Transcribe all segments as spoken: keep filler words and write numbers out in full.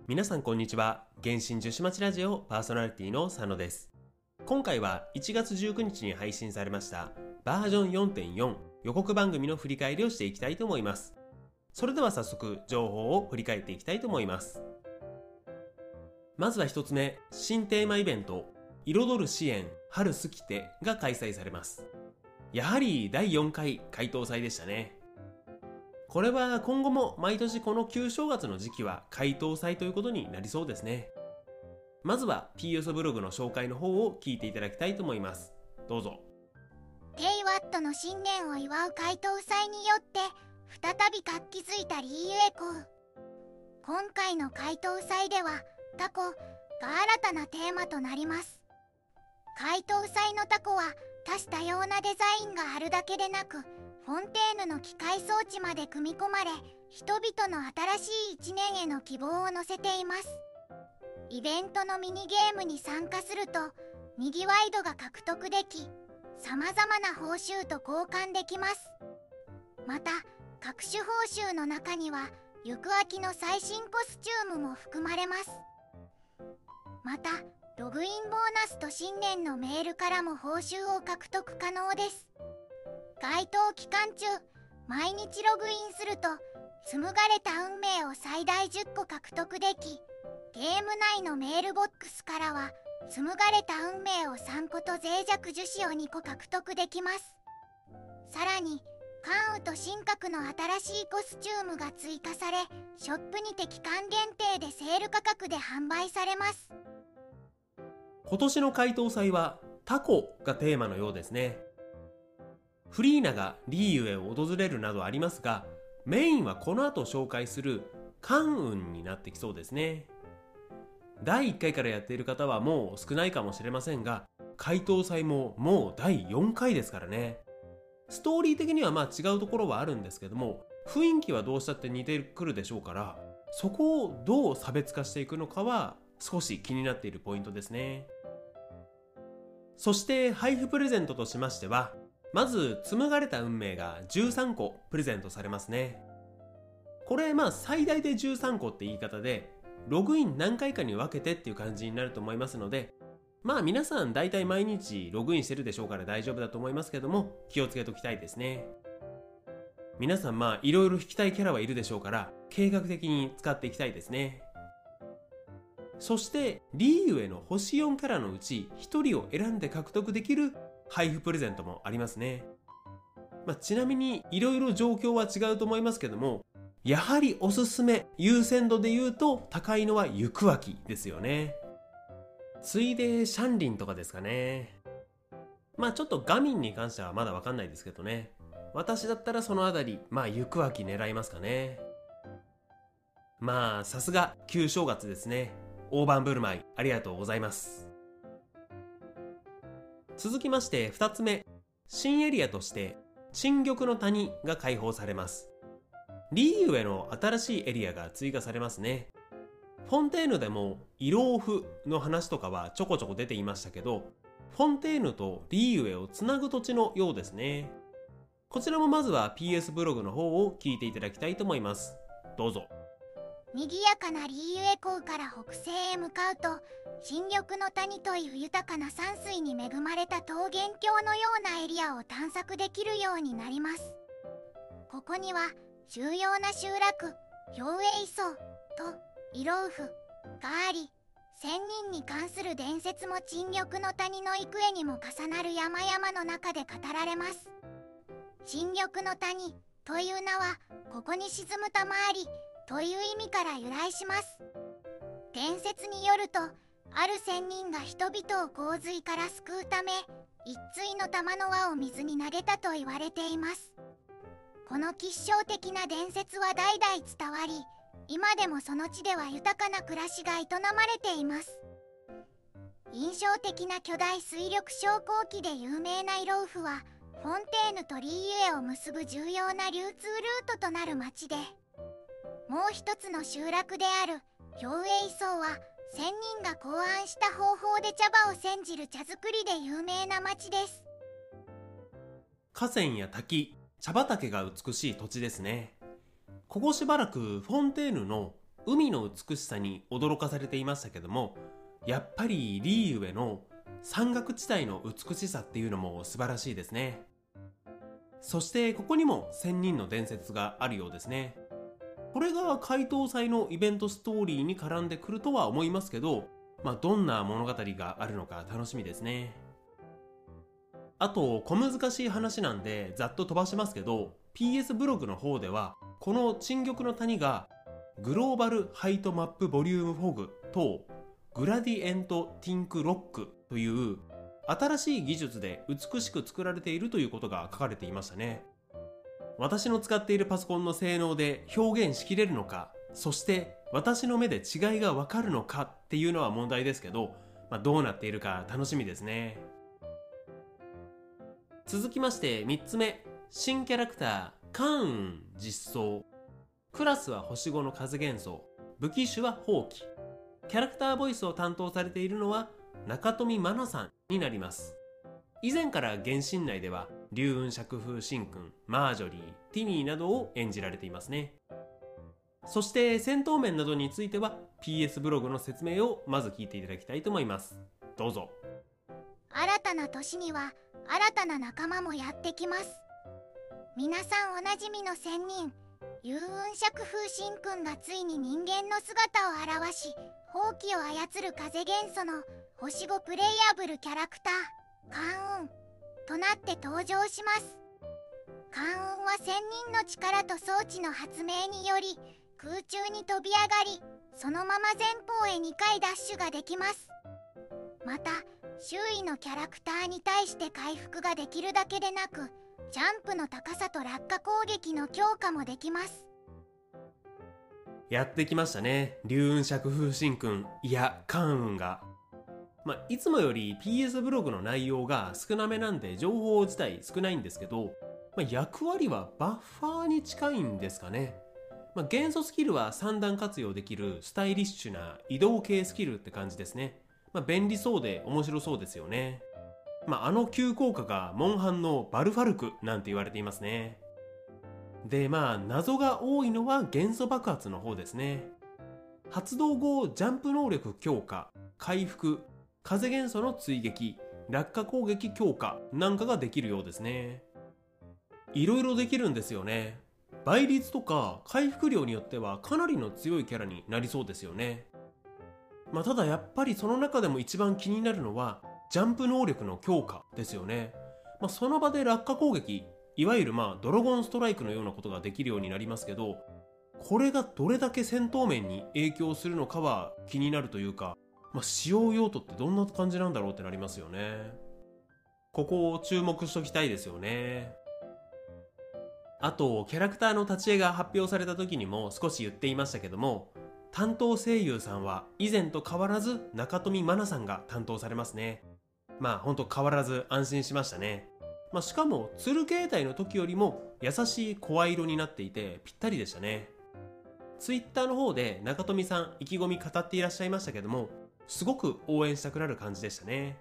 皆さんこんにちは。原神樹脂町ラジオパーソナリティの佐野です。今回はいちがつじゅうくにちに配信されましたバージョン よんてんよん 予告番組の振り返りをしていきたいと思います。それでは早速情報を振り返っていきたいと思います。まずはひとつめ、新テーマイベント彩る支援春すきてが開催されます。やはりだいよんかい回答祭でしたね。これは今後も毎年この旧正月の時期は回答祭ということになりそうですね。まずは ピーエス ブログの紹介の方を聞いていただきたいと思います。どうぞ。 テイワットの新年を祝う回答祭によって再び活気づいたリーユエコー。今回の回答祭ではタコが新たなテーマとなります。回答祭のタコは多種多様なデザインがあるだけでなく、フォンテーヌの機械装置まで組み込まれ、人々の新しい一年への希望を乗せています。イベントのミニゲームに参加するとにぎわい度が獲得でき、さまざまな報酬と交換できます。また各種報酬の中には行く秋の最新コスチュームも含まれます。またログインボーナスと新年のメールからも報酬を獲得可能です。該当期間中毎日ログインすると紡がれた運命を最大じゅっこ獲得でき、ゲーム内のメールボックスからは紡がれた運命をさんこと脆弱樹脂をにこ獲得できます。さらに関羽と神格の新しいコスチュームが追加され、ショップにて期間限定でセール価格で販売されます。 今年の回答祭はタコがテーマのようですね。フリーナがリーユへ訪れるなどありますが、メインはこの後紹介する関羽になってきそうですね。だいいっかいからやっている方はもう少ないかもしれませんが、回答祭ももうだいよんかいですからね。ストーリー的にはまあ違うところはあるんですけども、雰囲気はどうしたって似てくるでしょうから、そこをどう差別化していくのかは少し気になっているポイントですね。そして配布プレゼントとしましては、まず紡がれた運命がじゅうさんこプレゼントされますね。これまあ最大でじゅうさんこって言い方で、ログイン何回かに分けてっていう感じになると思いますので、まあ皆さん大体毎日ログインしてるでしょうから大丈夫だと思いますけども、気をつけておきたいですね。皆さんまあいろいろ引きたいキャラはいるでしょうから、計画的に使っていきたいですね。そしてリーユへの星よんキャラのうちひとりを選んで獲得できる配布プレゼントもありますね。まあ、ちなみにいろいろ状況は違うと思いますけども、やはりおすすめ優先度で言うと高いのは行く秋ですよね。次いでシャンリンとかですかね。まあちょっとガミンに関してはまだわかんないですけどね。私だったらそのあたり、まあ行く秋狙いますかね。まあさすが旧正月ですね。大盤振る舞いありがとうございます。続きましてふたつめ、新エリアとして新玉の谷が開放されます。リーユへの新しいエリアが追加されますね。フォンテーヌでもイローフの話とかはちょこちょこ出ていましたけど、フォンテーヌとリーユへをつなぐ土地のようですね。こちらもまずは ピーエス ブログの方を聞いていただきたいと思います。どうぞ。 賑やかなリーユエ港から北西へ向かうと、新緑の谷という豊かな山水に恵まれた桃源郷のようなエリアを探索できるようになります。ここには重要な集落陽栄荘とイローフがあり、仙人に関する伝説も新緑の谷の幾重にも重なる山々の中で語られます。新緑の谷という名はここに沈むたまわりという意味から由来します。伝説によると、ある仙人が人々を洪水から救うため一対の玉の輪を水に投げたと言われています。この吉祥的な伝説は代々伝わり、今でもその地では豊かな暮らしが営まれています。印象的な巨大水力昇降機で有名なイロウフはフォンテーヌとリーユエを結ぶ重要な流通ルートとなる町で、もう一つの集落である陽栄荘は仙人が考案した方法で茶葉を煎じる茶作りで有名な町です。 河川や滝、茶畑が美しい土地ですね。ここしばらくフォンテーヌの海の美しさに驚かされていましたけども、やっぱりリーウェの山岳地帯の美しさっていうのも素晴らしいですね。そしてここにも仙人の伝説があるようですね。これが開湯祭のイベントストーリーに絡んでくるとは思いますけど、まあ、どんな物語があるのか楽しみですね。あと小難しい話なんでざっと飛ばしますけど、 ピーエス ブログの方ではこの沈玉の谷がグローバルハイトマップボリュームフォグとグラディエントティンクロックという新しい技術で美しく作られているということが書かれていましたね。私の使っているパソコンの性能で表現しきれるのか、そして私の目で違いがわかるのかっていうのは問題ですけど、まあ、どうなっているか楽しみですね。続きましてみっつめ、新キャラクターカーン実装。クラスは星ごの風元素、武器種は放棄。キャラクターボイスを担当されているのは中富愛菜さんになります。以前から原神内では龍雲釈風神君、マージョリー、ティニーなどを演じられていますね。そして戦闘面などについては ピーエス ブログの説明をまず聞いていただきたいと思います。どうぞ。 新たな年には新たな仲間もやってきます。皆さんおなじみの仙人龍雲釈風神君がついに人間の姿を現し、ほうきを操る風元素の星ごプレイヤブルキャラクターカーンとなって登場します。カーンは仙人の力と装置の発明により空中に飛び上がり、そのまま前方へにかいダッシュができます。また周囲のキャラクターに対して回復ができるだけでなく、ジャンプの高さと落下攻撃の強化もできます。 やってきましたね、龍雲釈風神君、いやカーンが。まあ、いつもより ピーエス ブログの内容が少なめなんで情報自体少ないんですけど、まあ、役割はバッファーに近いんですかね。まあ、元素スキルはさん段活用できるスタイリッシュな移動系スキルって感じですね。まあ、便利そうで面白そうですよね。まあ、あの急降下がモンハンのバルファルクなんて言われていますね。でまあ謎が多いのは元素爆発の方ですね。発動後ジャンプ能力強化、回復、風元素の追撃、落下攻撃強化なんかができるようですね。いろいろできるんですよね。倍率とか回復量によってはかなりの強いキャラになりそうですよね。まあ、ただやっぱりその中でも一番気になるのはジャンプ能力の強化ですよね。まあ、その場で落下攻撃、いわゆるまあドラゴンストライクのようなことができるようになりますけど、これがどれだけ戦闘面に影響するのかは気になるというか、まあ、使用用途ってどんな感じなんだろうってなりますよね。ここを注目しときたいですよね。あとキャラクターの立ち絵が発表された時にも少し言っていましたけども、担当声優さんは以前と変わらず中富愛菜さんが担当されますね。まあほんと変わらず安心しましたね。まあ、しかも鶴形態の時よりも優しい声色になっていてぴったりでしたね。ツイッターの方で中富さん意気込み語っていらっしゃいましたけども、すごく応援したくなる感じでしたね。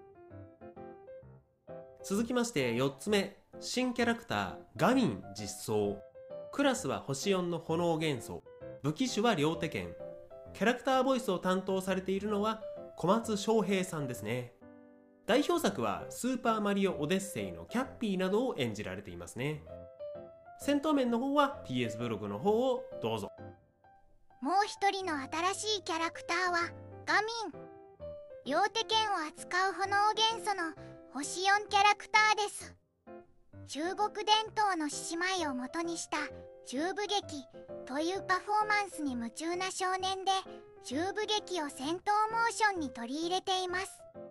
続きましてよっつめ、新キャラクターガミン実装。クラスは星よんの炎元素、武器種は両手剣。キャラクターボイスを担当されているのは小松翔平さんですね。代表作はスーパーマリオオデッセイのキャッピーなどを演じられていますね。戦闘面の方は ピーエス ブログの方をどうぞ。 もう一人の新しいキャラクターはガミン。両手剣を扱う炎元素の星よんキャラクターです。中国伝統の獅子舞を元にした中部劇というパフォーマンスに夢中な少年で、中部劇を戦闘モーションに取り入れています。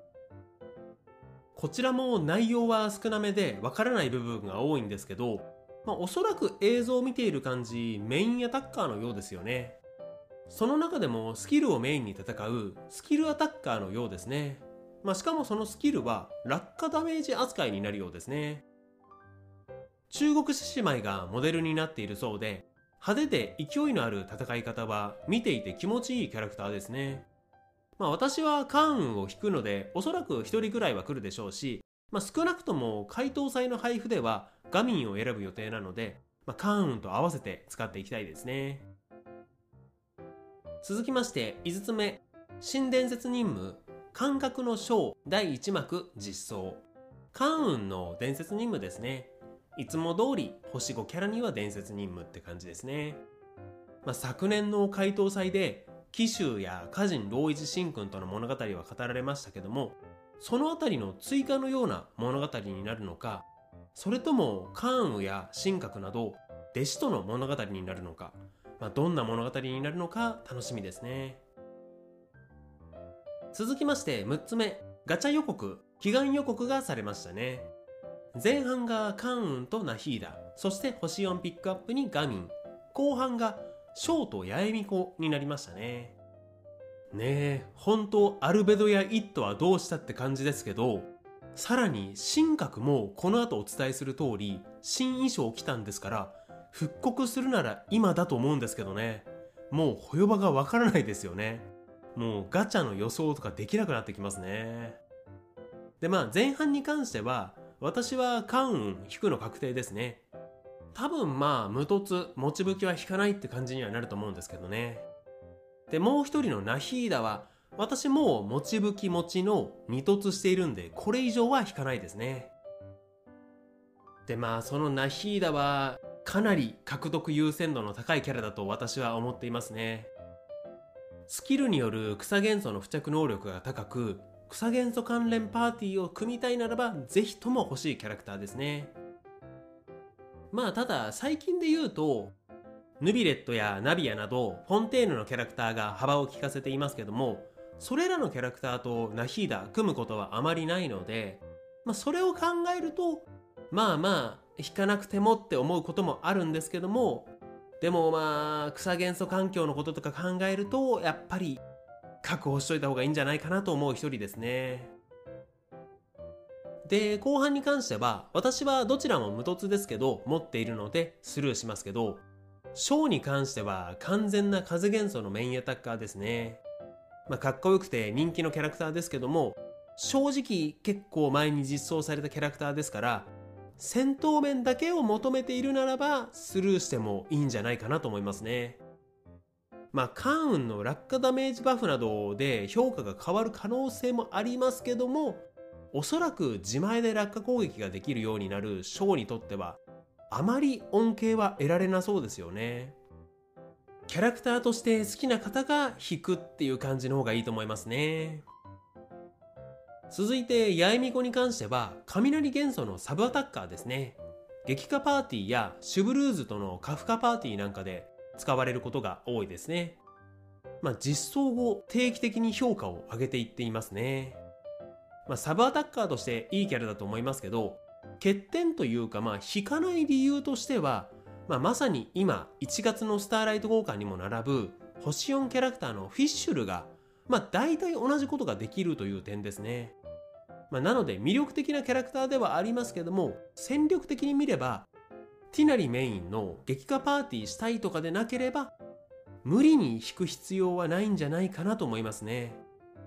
こちらも内容は少なめでわからない部分が多いんですけど、まあ、おそらく映像を見ている感じメインアタッカーのようですよね。その中でもスキルをメインに戦うスキルアタッカーのようですね。まあ、しかもそのスキルは落下ダメージ扱いになるようですね。中国獅子舞がモデルになっているそうで、派手で勢いのある戦い方は見ていて気持ちいいキャラクターですね。まあ、私はカーンを引くのでおそらくひとりくらいは来るでしょうし、まあ、少なくとも開湯祭の配布ではガミンを選ぶ予定なので、まあ、カーンと合わせて使っていきたいですね。 続きましていつつめ、新伝説任務感覚の章だいいち幕実装。関雲の伝説任務ですね。いつも通り星ごキャラには伝説任務って感じですね。まあ、昨年の怪盗祭で紀州や歌人老一神君との物語は語られましたけども、そのあたりの追加のような物語になるのか、それとも関羽や神格など弟子との物語になるのか、まあ、どんな物語になるのか楽しみですね。続きましてむっつめ、ガチャ予告祈願予告がされましたね。前半が関羽とナヒーダ、そして星よんピックアップにガミン、後半が翔と八重巫女になりましたね。ねえ、本当アルベドやイットはどうしたって感じですけど、さらに神格もこの後お伝えする通り新衣装来たんですから、復刻するなら今だと思うんですけどね。もうホヨバがわからないですよね。もうガチャの予想とかできなくなってきますね。でまあ前半に関しては私は関羽引くの確定ですね。多分まあ無凸持ち吹きは引かないって感じにはなると思うんですけどね。でもう一人のナヒーダは私もう持ち吹き持ちの二凸しているんで、これ以上は引かないですね。でまあそのナヒーダはかなり獲得優先度の高いキャラだと私は思っていますね。スキルによる草元素の付着能力が高く、草元素関連パーティーを組みたいならばぜひとも欲しいキャラクターですね。まあただ最近で言うとヌビレットやナビアなどフォンテーヌのキャラクターが幅を利かせていますけども、それらのキャラクターとナヒーダ組むことはあまりないので、まあ、それを考えるとまあまあ引かなくてもって思うこともあるんですけども、でもまあ草元素環境のこととか考えるとやっぱり確保しといた方がいいんじゃないかなと思う一人ですね。で後半に関しては私はどちらも無凸ですけど持っているのでスルーしますけど、翔に関しては完全な風元素のメインアタッカーですね。まあかっこよくて人気のキャラクターですけども、正直結構前に実装されたキャラクターですから、戦闘面だけを求めているならばスルーしてもいいんじゃないかなと思いますね。まあ関羽の落下ダメージバフなどで評価が変わる可能性もありますけども、おそらく自前で落下攻撃ができるようになる翔にとってはあまり恩恵は得られなそうですよね。キャラクターとして好きな方が引くっていう感じの方がいいと思いますね。続いて八重巫女に関しては雷元素のサブアタッカーですね。激化パーティーやシュブルーズとのカフカパーティーなんかで使われることが多いですね。まあ実装後定期的に評価を上げていっていますね。まあサブアタッカーとしていいキャラだと思いますけど、欠点というかまあ引かない理由としては、まあ、まさに今いちがつのスターライト豪華にも並ぶ星よんキャラクターのフィッシュルがまあ大体同じことができるという点ですね。まあ、なので魅力的なキャラクターではありますけども、戦力的に見ればティナリメインの激化パーティーしたいとかでなければ無理に引く必要はないんじゃないかなと思いますね。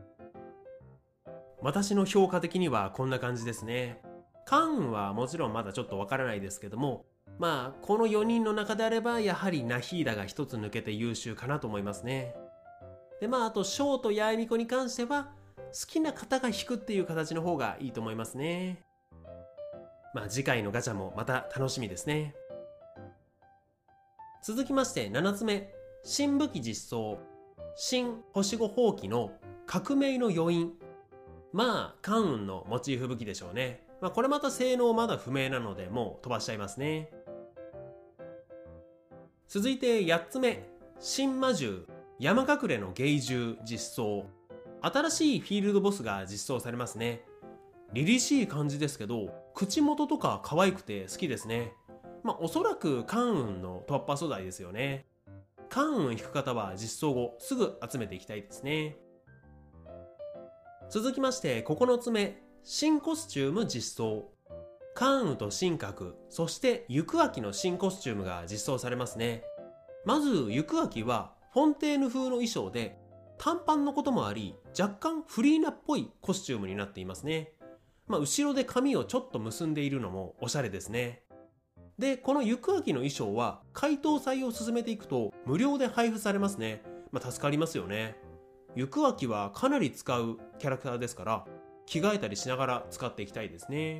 私の評価的にはこんな感じですね。関羽はもちろんまだちょっとわからないですけども、まあこのよにんの中であればやはりナヒーダが一つ抜けて優秀かなと思いますね。でまああと翔と八重巫女に関しては好きな方が引くっていう形の方がいいと思いますね。まあ次回のガチャもまた楽しみですね。続きましてななつめ、新武器実装新星ご放棄の革命の余韻。まあ関羽のモチーフ武器でしょうね。まあこれまた性能まだ不明なのでもう飛ばしちゃいますね。続いてやっつめ、新魔獣山隠れの芸獣実装。新しいフィールドボスが実装されますね。凛々しい感じですけど口元とか可愛くて好きですね。まあおそらく関羽の突破素材ですよね。関羽引く方は実装後すぐ集めていきたいですね。続きましてここのつめ、新コスチューム実装。関羽と神格、そして行く秋の新コスチュームが実装されますね。まず行く秋はフォンテーヌ風の衣装で短パンのこともあり若干フリーナっぽいコスチュームになっていますね。まあ後ろで髪をちょっと結んでいるのもおしゃれですね。でこの行く秋の衣装は怪盗祭を進めていくと無料で配布されますね。 まあ、助かりますよね。行く秋はかなり使うキャラクターですから、着替えたりしながら使っていきたいですね。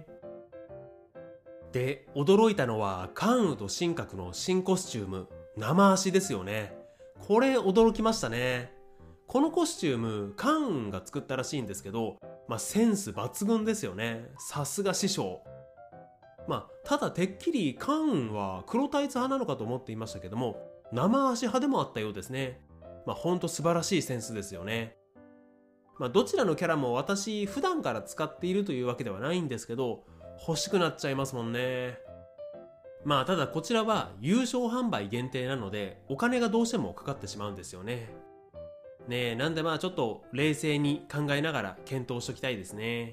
で、驚いたのは関羽と神格の新コスチューム、生足ですよね。これ驚きましたね。このコスチューム関羽が作ったらしいんですけど、まあ、センス抜群ですよね。さすが師匠。まあ、ただてっきり関羽は黒タイツ派なのかと思っていましたけども、生足派でもあったようですね。まあ、ほんと素晴らしいセンスですよね。まあ、どちらのキャラも私普段から使っているというわけではないんですけど、欲しくなっちゃいますもんね。まあただこちらは優勝販売限定なので、お金がどうしてもかかってしまうんですよね。ねえ、なんでまあちょっと冷静に考えながら検討しときたいですね。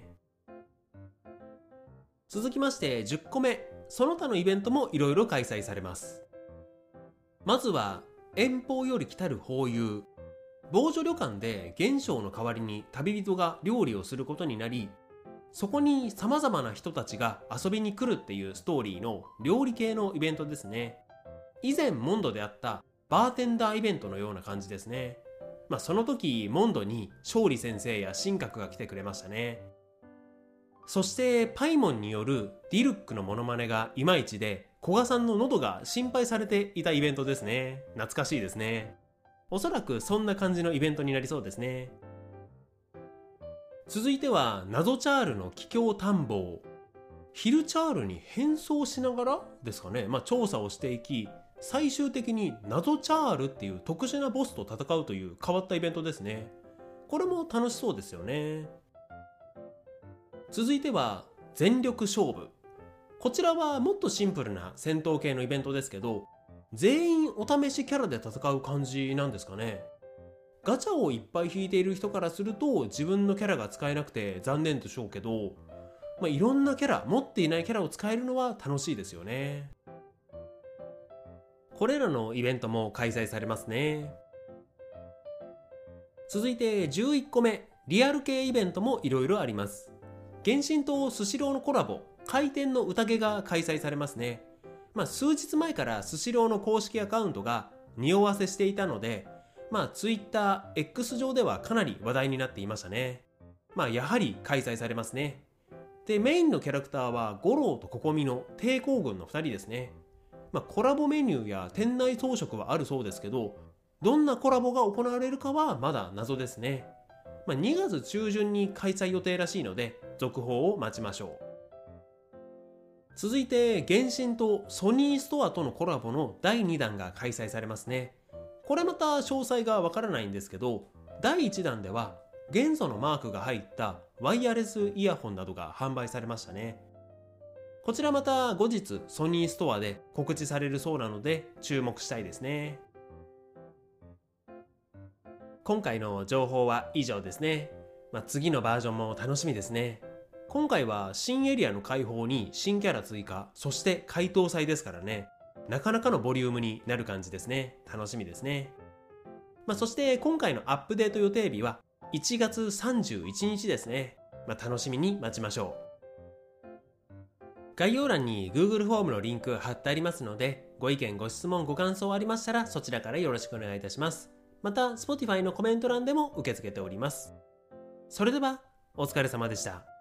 続きましてじゅっこめ、その他のイベントもいろいろ開催されます。まずは遠方より来たる法友。防除旅館で元将の代わりに旅人が料理をすることになり、そこに様々な人たちが遊びに来るっていうストーリーの料理系のイベントですね。以前モンドであったバーテンダーイベントのような感じですね。まあその時モンドに勝利先生や神格が来てくれましたね。そしてパイモンによるディルックのモノマネがいまいちで、古賀さんの喉が心配されていたイベントですね。懐かしいですね。おそらくそんな感じのイベントになりそうですね。続いては謎チャールの帰郷探訪。ヒルチャールに変装しながらですかね、まあ、調査をしていき、最終的に謎チャールっていう特殊なボスと戦うという変わったイベントですね。これも楽しそうですよね。続いては全力勝負。こちらはもっとシンプルな戦闘系のイベントですけど、全員お試しキャラで戦う感じなんですかね。ガチャをいっぱい引いている人からすると自分のキャラが使えなくて残念でしょうけど、まあ、いろんなキャラ、持っていないキャラを使えるのは楽しいですよね。これらのイベントも開催されますね。続いてじゅういっこめ、リアル系イベントもいろいろあります。原神とスシローのコラボ、回転の宴が開催されますね。まあ、数日前からスシローの公式アカウントが匂わせしていたので、まあ Twitter、X 上ではかなり話題になっていましたね。まあやはり開催されますね。で、メインのキャラクターは五郎とココミの抵抗軍のふたりですね。まあコラボメニューや店内装飾はあるそうですけど、どんなコラボが行われるかはまだ謎ですね。まあにがつ中旬に開催予定らしいので、続報を待ちましょう。続いて原神とソニーストアとのコラボのだいにだんが開催されますね。これまた詳細がわからないんですけど、だいいちだんでは元素のマークが入ったワイヤレスイヤホンなどが販売されましたね。こちらまた後日ソニーストアで告知されるそうなので注目したいですね。今回の情報は以上ですね。まあ、次のバージョンも楽しみですね。今回は新エリアの開放に新キャラ追加、そして解凍祭ですからね。なかなかのボリュームになる感じですね。楽しみですね。まあ、そして今回のアップデート予定日はいちがつさんじゅういちにちですね。まあ、楽しみに待ちましょう。概要欄に Google フォームのリンク貼ってありますので、ご意見ご質問ご感想ありましたらそちらからよろしくお願いいたします。また Spotify のコメント欄でも受け付けております。それではお疲れ様でした。